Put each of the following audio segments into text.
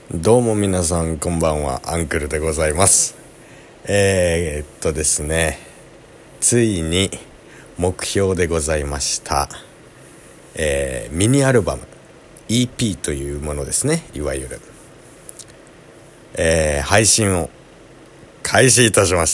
どうも皆さんこんばんは、アンクルでございます。ですね、ついに目標でございました、ミニアルバム EP というものですね、いわゆる、配信を開始いたしました。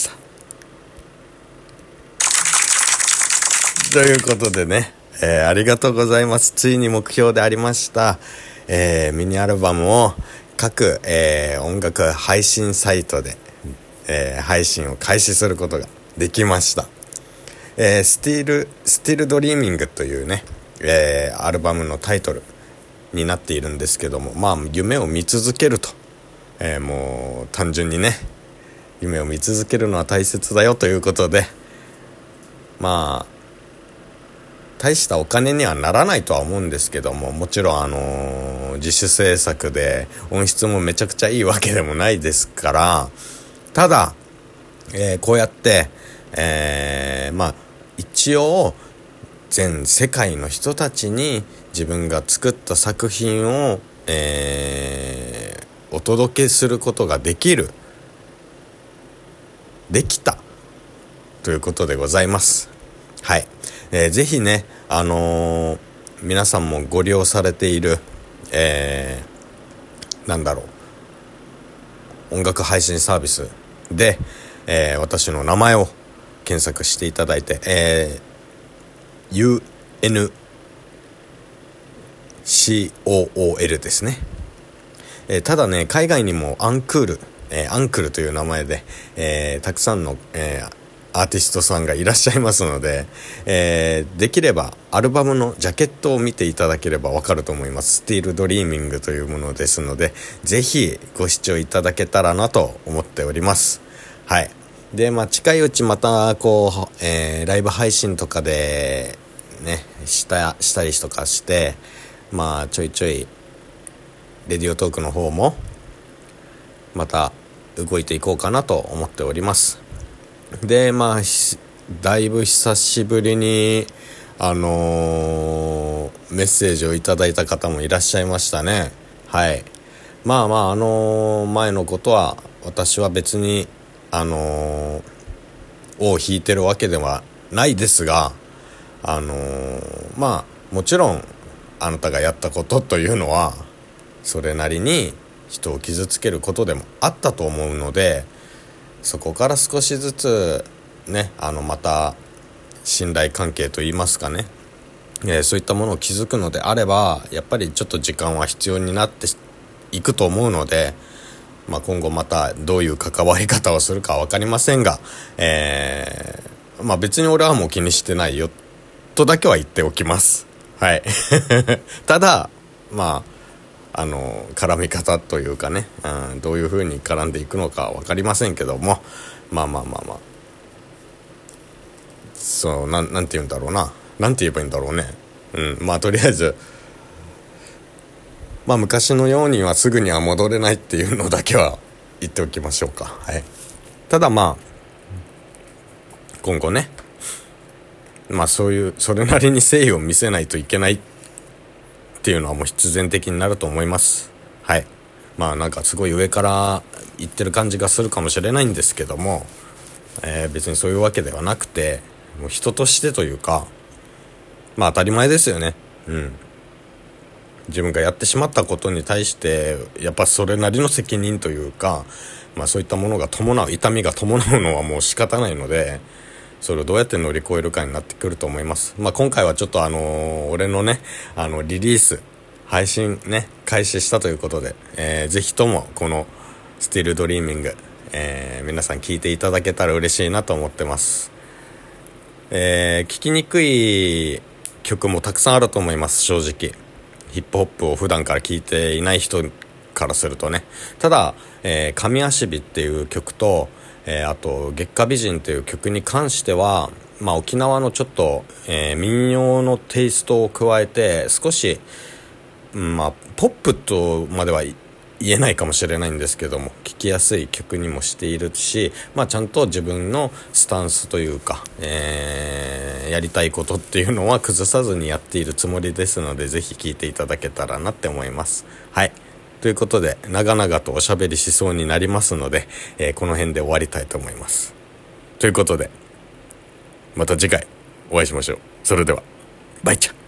ということでね、ありがとうございます。ついに目標でありました、ミニアルバムを各、音楽配信サイトで、配信を開始することができました。スティールドリーミングというね、アルバムのタイトルになっているんですけども、夢を見続けると、もう単純にね、夢を見続けるのは大切だよということで、大したお金にはならないとは思うんですけども、もちろん自主制作で音質もめちゃくちゃいいわけでもないですから、ただ、こうやって、一応全世界の人たちに自分が作った作品を、お届けすることができたということでございます。はい、ぜひね、皆さんもご利用されている、音楽配信サービスで、私の名前を検索していただいて、UNCOOL ですね。ただね、海外にもアンクルという名前で、たくさんの、アーティストさんがいらっしゃいますので、できればアルバムのジャケットを見ていただければわかると思います。スティールドリーミングというものですので、ぜひご視聴いただけたらなと思っております。はい。で、近いうちまたこう、ライブ配信とかでね、したりとかして、ちょいちょいレディオトークの方もまた動いていこうかなと思っております。で、だいぶ久しぶりにメッセージをいただいた方もいらっしゃいましたね。はい。前のことは私は別に尾を引いてるわけではないですが、もちろんあなたがやったことというのはそれなりに人を傷つけることでもあったと思うので、そこから少しずつね、また信頼関係といいますかね、そういったものを築くのであれば、やっぱりちょっと時間は必要になっていくと思うので、今後またどういう関わり方をするかは分かりませんが、別に俺はもう気にしてないよとだけは言っておきます。はいただ絡み方というかね、どういう風に絡んでいくのか分かりませんけども、そうなんて言うんだろうな、なんて言えばいいんだろうね。とりあえず昔のようにはすぐには戻れないっていうのだけは言っておきましょうか。はい。ただ今後ね、それなりに誠意を見せないといけないっていうのはもう必然的になると思います。はい。すごい上から言ってる感じがするかもしれないんですけども、別にそういうわけではなくて、もう人としてというか、当たり前ですよね。自分がやってしまったことに対してやっぱそれなりの責任というか、そういったものが痛みが伴うのはもう仕方ないので、それをどうやって乗り越えるかになってくると思います。今回はちょっと俺のね、リリース配信ね開始したということで、ぜひともこのスティールドリーミング、皆さん聞いていただけたら嬉しいなと思ってます。聞きにくい曲もたくさんあると思います。正直ヒップホップを普段から聞いていない人からするとね。ただ、神足火っていう曲と、あと月下美人という曲に関しては、沖縄のちょっと、民謡のテイストを加えて少し、ポップとまでは言えないかもしれないんですけども、聴きやすい曲にもしているし、ちゃんと自分のスタンスというか、やりたいことっていうのは崩さずにやっているつもりですので、ぜひ聴いていただけたらなって思います。はい。とということで長々とおしゃべりしそうになりますので、この辺で終わりたいと思います。ということでまた次回お会いしましょう。それではバイチャ。